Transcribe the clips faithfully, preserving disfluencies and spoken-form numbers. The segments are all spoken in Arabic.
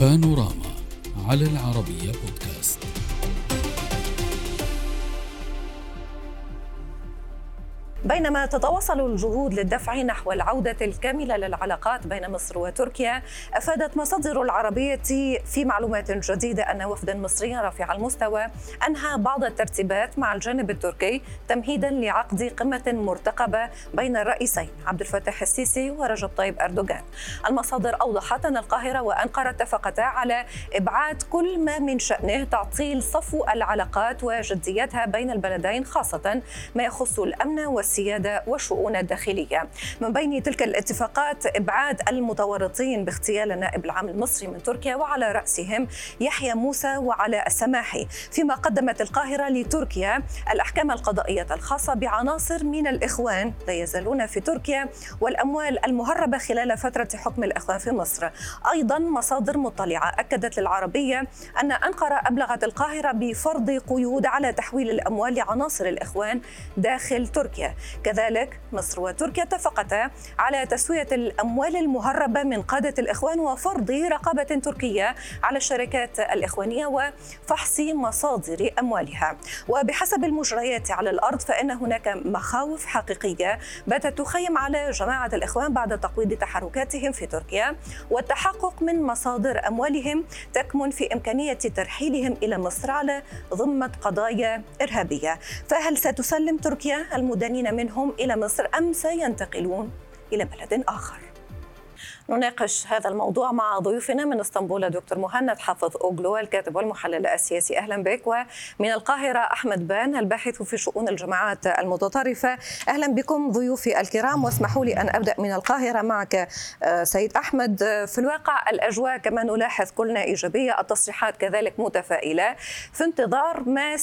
بانوراما على العربية بودكاست. بينما تتواصل الجهود للدفع نحو العودة الكاملة للعلاقات بين مصر وتركيا، أفادت مصادر العربية في معلومات جديدة أن وفدا مصريا رفيع المستوى أنهى بعض الترتيبات مع الجانب التركي تمهيدا لعقد قمة مرتقبة بين الرئيسين عبد الفتاح السيسي ورجب طيب أردوغان. المصادر أوضحت أن القاهرة وأنقرة اتفقتا على إبعاد كل ما من شأنه تعطيل صفو العلاقات وجديتها بين البلدين، خاصة ما يخص الأمن والسياسة السيادة والشؤون الداخلية. من بين تلك الاتفاقات إبعاد المتورطين باغتيال النائب العام المصري من تركيا وعلى رأسهم يحيى موسى وعلاء السماحي، فيما قدمت القاهرة لتركيا الأحكام القضائية الخاصة بعناصر من الإخوان لا يزالون في تركيا والأموال المهربة خلال فترة حكم الإخوان في مصر. أيضا مصادر مطلعة أكدت للعربية أن أنقرة أبلغت القاهرة بفرض قيود على تحويل الأموال لعناصر الإخوان داخل تركيا. كذلك مصر وتركيا اتفقتا على تسوية الأموال المهربة من قادة الإخوان وفرض رقابة تركية على الشركات الإخوانية وفحص مصادر أموالها. وبحسب المجريات على الأرض فإن هناك مخاوف حقيقية باتت تخيم على جماعة الإخوان بعد تقويض تحركاتهم في تركيا، والتحقق من مصادر أموالهم تكمن في إمكانية ترحيلهم إلى مصر على ضمة قضايا إرهابية. فهل ستسلم تركيا المدنين منهم إلى مصر أم سينتقلون إلى بلد آخر؟ نناقش هذا الموضوع مع ضيوفنا من اسطنبول دكتور مهند حافظ أوغلو الكاتب والمحلل السياسي، أهلا بك، ومن القاهرة أحمد بان الباحث في شؤون الجماعات المتطرفة. أهلا بكم ضيوفي الكرام، واسمحوا لي أن أبدأ من القاهرة معك سيد أحمد. في الواقع الأجواء كما نلاحظ كلنا إيجابية، التصريحات كذلك متفائلة في انتظار ما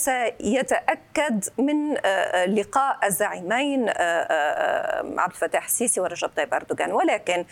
سيتأكد من لقاء الزعيمين عبد الفتاح السيسي ورجب طيب أردوغان، ولكن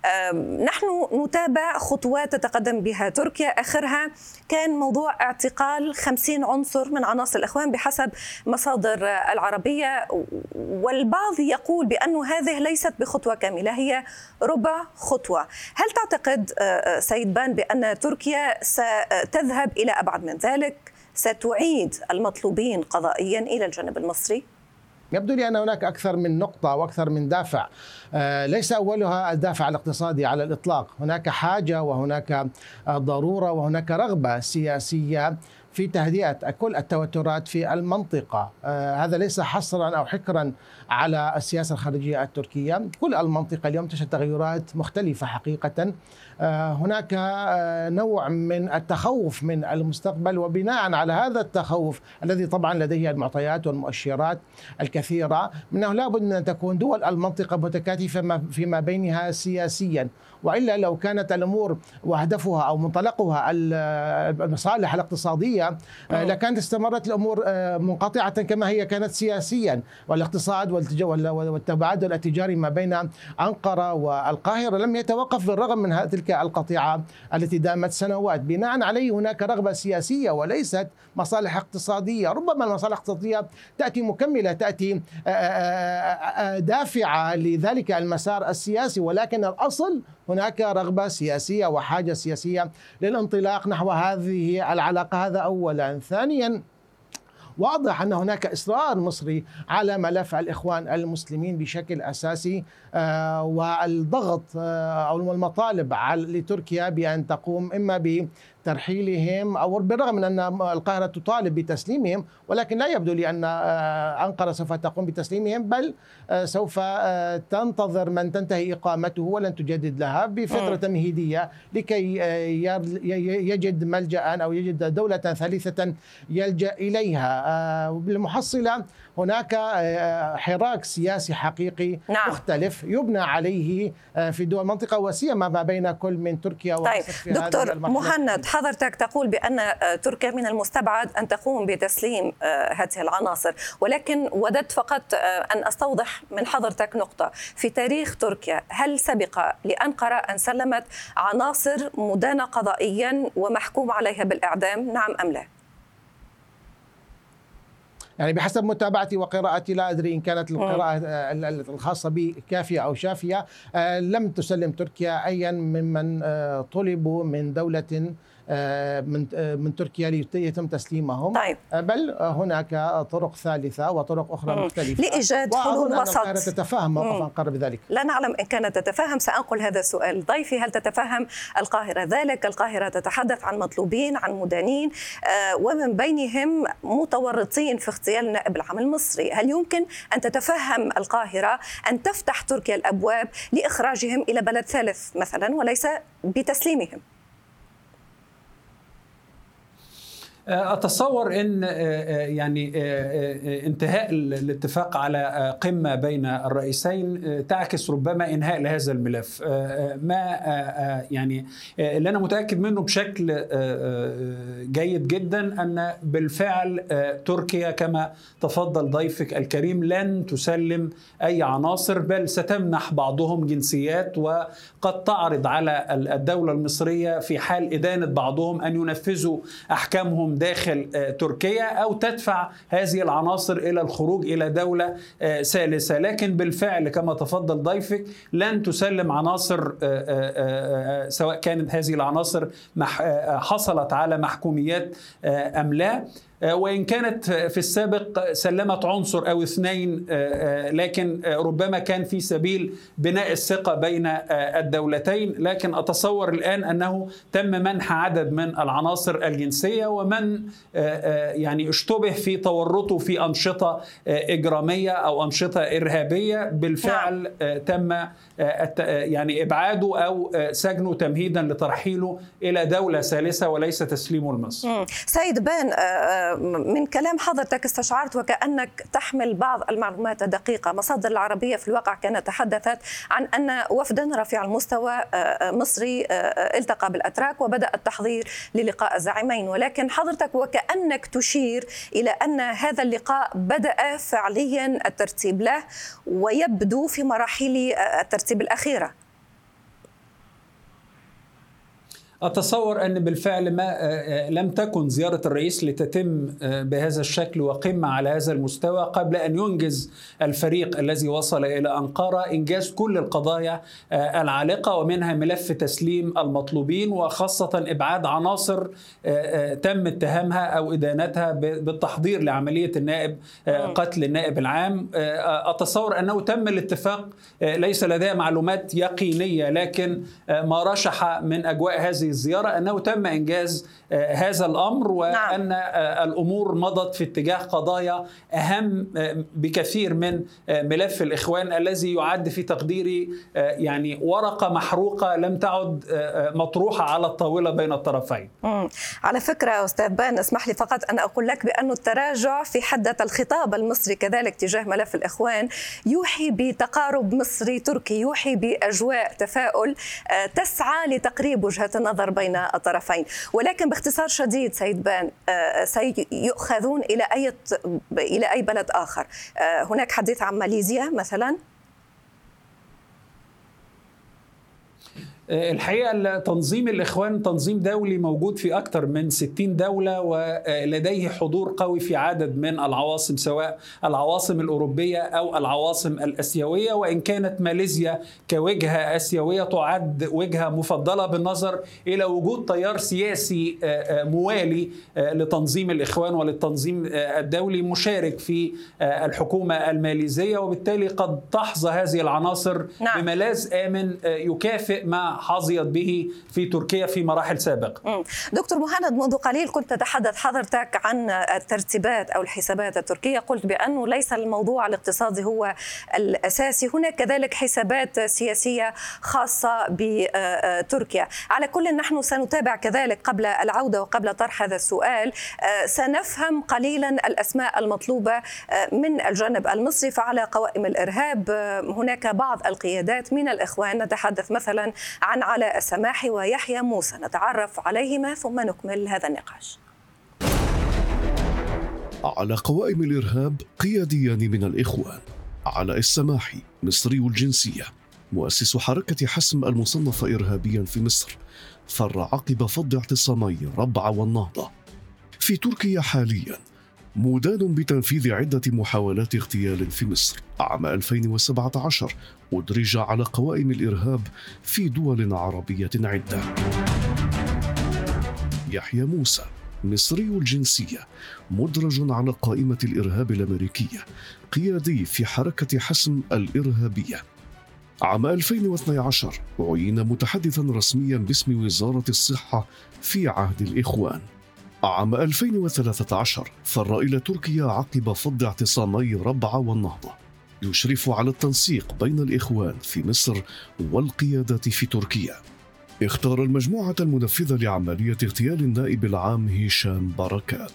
نحن نتابع خطوات تتقدم بها تركيا، آخرها كان موضوع اعتقال خمسين عنصر من عناصر الإخوان بحسب مصادر العربية، والبعض يقول بأن هذه ليست بخطوة كاملة، هي ربع خطوة. هل تعتقد سيد بان بأن تركيا ستذهب إلى أبعد من ذلك، ستعيد المطلوبين قضائيا إلى الجانب المصري؟ يبدو لي أن هناك أكثر من نقطة وأكثر من دافع، ليس أولها الدافع الاقتصادي على الإطلاق. هناك حاجة وهناك ضرورة وهناك رغبة سياسية في تهدئة كل التوترات في المنطقة. هذا ليس حصرا أو حكرا على السياسة الخارجية التركية، كل المنطقة اليوم تشهد تغيرات مختلفة حقيقة. هناك نوع من التخوف من المستقبل، وبناء على هذا التخوف الذي طبعا لديه المعطيات والمؤشرات الكثيرة منه لابد أن تكون دول المنطقة متكاتفة فيما بينها سياسيا، وإلا لو كانت الأمور وهدفها أو منطلقها المصالح الاقتصادية لكانت استمرت الأمور منقطعة كما هي كانت سياسيا، والاقتصاد والتبادل التجاري ما بين أنقرة والقاهرة لم يتوقف بالرغم من تلك القطيعة التي دامت سنوات. بناء عليه هناك رغبة سياسية وليست مصالح اقتصادية. ربما المصالح الاقتصادية تأتي مكملة، تأتي دافعة لذلك المسار السياسي، ولكن الأصل هناك رغبة سياسية وحاجة سياسية للانطلاق نحو هذه العلاقة. هذا أولا. ثانيا، واضح أن هناك إصرار مصري على ملف الإخوان المسلمين بشكل أساسي، آه والضغط آه أو المطالب لتركيا بأن تقوم إما بترحيلهم أو بالرغم من أن القاهرة تطالب بتسليمهم، ولكن لا يبدو لي أن آه أنقرة سوف تقوم بتسليمهم، بل آه سوف آه تنتظر من تنتهي إقامته ولن تجدد لها بفترة تمهيدية لكي آه يجد ملجأ أو يجد دولة ثالثة يلجأ إليها. بالمحصلة هناك حراك سياسي حقيقي نعم. مختلف يبنى عليه في دول المنطقة وسيما ما بين كل من تركيا ومصر. طيب دكتور مهند، حضرتك تقول بأن تركيا من المستبعد أن تقوم بتسليم هذه العناصر، ولكن وددت فقط أن أستوضح من حضرتك نقطة في تاريخ تركيا. هل سبق لأنقرة أن سلمت عناصر مدانة قضائيا ومحكوم عليها بالإعدام، نعم أم لا؟ يعني بحسب متابعتي وقراءتي، لا أدري إن كانت القراءة الخاصة بي كافية أو شافية، لم تسلم تركيا أيا ممن طلبوا من دولة من من تركيا ليتم تسليمهم. طيب. بل هناك طرق ثالثة وطرق أخرى مم. مختلفة لإيجاد حلول وسط. القاهرة تتفهم موقف أنقرة بذلك. لا نعلم إن كانت تتفهم. سأنقل هذا السؤال ضيفي: هل تتفهم القاهرة ذلك؟ القاهرة تتحدث عن مطلوبين، عن مدانين، ومن بينهم متورطين في اغتيال النائب العام المصري. هل يمكن أن تتفهم القاهرة أن تفتح تركيا الأبواب لإخراجهم إلى بلد ثالث مثلا وليس بتسليمهم؟ أتصور أن يعني انتهاء الاتفاق على قمة بين الرئيسين تعكس ربما إنهاء لهذا الملف. ما يعني اللي أنا متأكد منه بشكل جيد جدا أن بالفعل تركيا كما تفضل ضيفك الكريم لن تسلم أي عناصر، بل ستمنح بعضهم جنسيات، وقد تعرض على الدولة المصرية في حال إدانة بعضهم أن ينفذوا أحكامهم داخل تركيا أو تدفع هذه العناصر إلى الخروج إلى دولة ثالثة. لكن بالفعل كما تفضل ضيفك لن تسلم عناصر، سواء كانت هذه العناصر حصلت على محكوميات أم لا، وإن كانت في السابق سلمت عنصر أو اثنين، لكن ربما كان في سبيل بناء الثقة بين الدولتين. لكن أتصور الآن أنه تم منح عدد من العناصر الجنسية، ومن يعني اشتبه في تورطه في أنشطة إجرامية أو أنشطة إرهابية بالفعل تم يعني إبعاده أو سجنه تمهيدا لترحيله إلى دولة ثالثة وليس تسليمه لمصر. سيد بان، من كلام حضرتك استشعرت وكأنك تحمل بعض المعلومات الدقيقة. مصادر العربية في الواقع كانت تحدثت عن أن وفدا رفيع المستوى مصري التقى بالأتراك وبدأ التحضير للقاء الزعيمين، ولكن حضرتك وكأنك تشير إلى أن هذا اللقاء بدأ فعليا الترتيب له ويبدو في مراحل الترتيب الأخيرة. أتصور أن بالفعل ما لم تكن زيارة الرئيس لتتم بهذا الشكل وقمة على هذا المستوى قبل أن ينجز الفريق الذي وصل إلى أنقرة إنجاز كل القضايا العالقة، ومنها ملف تسليم المطلوبين، وخاصة إبعاد عناصر تم اتهامها أو إدانتها بالتحضير لعملية النائب قتل النائب العام. أتصور أنه تم الاتفاق، ليس لدي معلومات يقينية، لكن ما رشح من أجواء هذه الزيارة أنه تم إنجاز هذا الأمر، وأن الأمور مضت في اتجاه قضايا أهم بكثير من ملف الإخوان الذي يعد في تقديري يعني ورقة محروقة لم تعد مطروحة على الطاولة بين الطرفين. على فكرة أستاذ بان، اسمح لي فقط أن أقول لك بأن التراجع في حدة الخطاب المصري كذلك تجاه ملف الإخوان يوحي بتقارب مصري تركي، يوحي بأجواء تفاؤل تسعى لتقريب وجهة النظر بين الطرفين. ولكن باختصار شديد سيد بان، سيؤخذون إلى أي إلى أي بلد آخر؟ هناك حديث عن ماليزيا مثلا؟ الحقيقة تنظيم الإخوان تنظيم دولي موجود في أكثر من ستين دولة، ولديه حضور قوي في عدد من العواصم، سواء العواصم الأوروبية أو العواصم الأسيوية، وإن كانت ماليزيا كوجهة أسيوية تعد وجهة مفضلة بالنظر إلى وجود تيار سياسي موالي لتنظيم الإخوان وللتنظيم الدولي مشارك في الحكومة الماليزية، وبالتالي قد تحظى هذه العناصر نعم. بملاذ آمن يكافئ ما حظيت به في تركيا في مراحل سابقة. دكتور مهند، منذ قليل كنت تتحدث حضرتك عن الترتيبات أو الحسابات التركية، قلت بأنه ليس الموضوع الاقتصادي هو الأساسي، هناك كذلك حسابات سياسية خاصة بتركيا. على كل نحن سنتابع كذلك قبل العودة وقبل طرح هذا السؤال، سنفهم قليلا الأسماء المطلوبة من الجانب المصري. فعلى قوائم الإرهاب هناك بعض القيادات من الإخوان، نتحدث مثلا عن علاء السماحي ويحيى موسى، نتعرف عليهما ثم نكمل هذا النقاش. على قوائم الإرهاب قياديان من الإخوان: علاء السماحي مصري الجنسية، مؤسس حركة حسم المصنفة إرهابيا في مصر، فر عقب فض اعتصامي ربعة والنهضة. في تركيا حاليا مدان بتنفيذ عدة محاولات اغتيال في مصر. عام ألفين وسبعة عشر أدرج على قوائم الإرهاب في دول عربية عدة. يحيى موسى مصري الجنسية مدرج على قائمة الإرهاب الأمريكية، قيادي في حركة حسم الإرهابية. عام ألفين واثني عشر عين متحدثا رسميا باسم وزارة الصحة في عهد الإخوان. عام ألفين وثلاثة عشر فر إلى تركيا عقب فض اعتصامي ربعة والنهضة، يشرف على التنسيق بين الإخوان في مصر والقيادات في تركيا. اختار المجموعة المنفذة لعملية اغتيال النائب العام هشام بركات.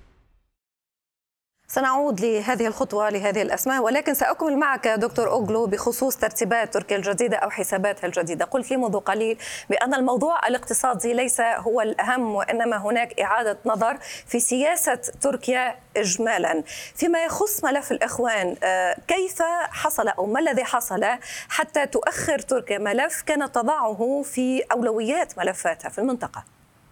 سنعود لهذه الخطوة لهذه الأسماء، ولكن سأكمل معك دكتور أوغلو بخصوص ترتيبات تركيا الجديدة أو حساباتها الجديدة. قلت لي منذ قليل بأن الموضوع الاقتصادي ليس هو الأهم، وإنما هناك إعادة نظر في سياسة تركيا إجمالا. فيما يخص ملف الإخوان، كيف حصل أو ما الذي حصل حتى تؤخر تركيا ملف كانت تضعه في أولويات ملفاتها في المنطقة؟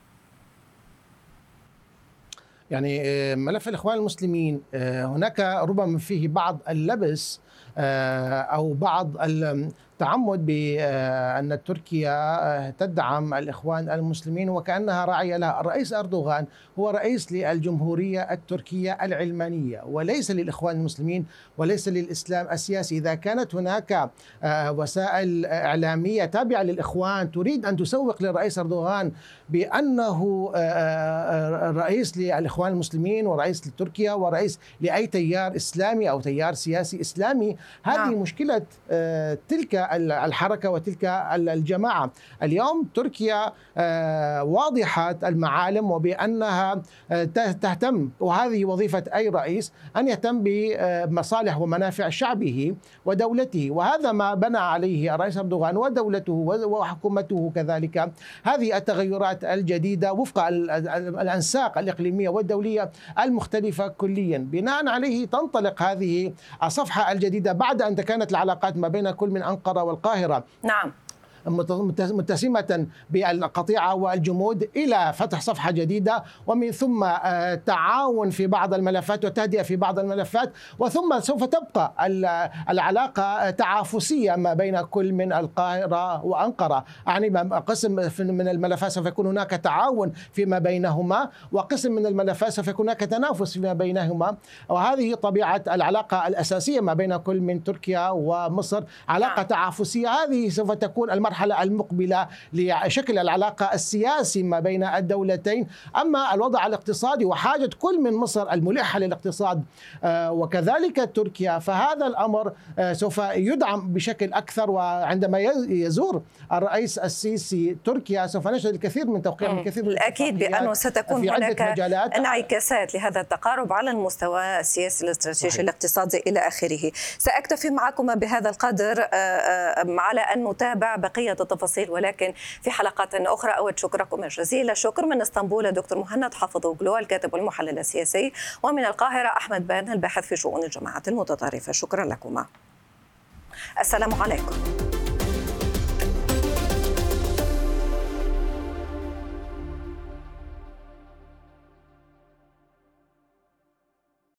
يعني ملف الإخوان المسلمين هناك ربما فيه بعض اللبس أو بعض التعمد بأن تركيا تدعم الإخوان المسلمين وكأنها راعية لها. الرئيس أردوغان هو رئيس للجمهورية التركية العلمانية وليس للإخوان المسلمين وليس للإسلام السياسي. إذا كانت هناك وسائل إعلامية تابعة للإخوان تريد أن تسوق للرئيس أردوغان بأنه رئيس للإخوان المسلمين ورئيس لتركيا ورئيس لأي تيار إسلامي أو تيار سياسي إسلامي، هذه نعم. مشكلة تلك الحركة وتلك الجماعة. اليوم تركيا واضحة المعالم وبأنها تهتم، وهذه وظيفة أي رئيس، أن يهتم بمصالح ومنافع شعبه ودولته، وهذا ما بنى عليه الرئيس أردوغان ودولته وحكومته كذلك. هذه التغيرات الجديدة وفق الأنساق الإقليمية والدولية المختلفة كليا، بناء عليه تنطلق هذه الصفحة الجديدة بعد أن كانت العلاقات ما بين كل من أنقرة والقاهرة نعم متسمة بالقطيعة والجمود إلى فتح صفحة جديدة، ومن ثم تعاون في بعض الملفات وتهدئة في بعض الملفات، وثم سوف تبقى العلاقة تعافسية ما بين كل من القاهرة وأنقرة. يعني قسم من الملفات سوف يكون هناك تعاون فيما بينهما، وقسم من الملفات سوف يكون هناك تنافس فيما بينهما، وهذه طبيعة العلاقة الأساسية ما بين كل من تركيا ومصر، علاقة تعافسية. هذه سوف تكون المرحلة المقبلة لشكل العلاقة السياسي ما بين الدولتين. أما الوضع الاقتصادي وحاجة كل من مصر الملحة للاقتصاد وكذلك تركيا، فهذا الأمر سوف يدعم بشكل أكثر. وعندما يزور الرئيس السيسي تركيا سوف نشهد الكثير من توقيع الكثير من الأكيد بأنه ستكون هناك انعكاسات لهذا التقارب على المستوى السياسي الاستراتيجي الاقتصادي إلى آخره. سأكتفي معكم بهذا القدر على أن نتابع بقية التفاصيل، ولكن في حلقات أخرى. أود شكركم الجزيل الشكر من اسطنبول دكتور مهند حافظ أوغلو الكاتب والمحلل السياسي، ومن القاهرة أحمد بان الباحث في شؤون الجماعات المتطرفة. شكرا لكما. السلام عليكم.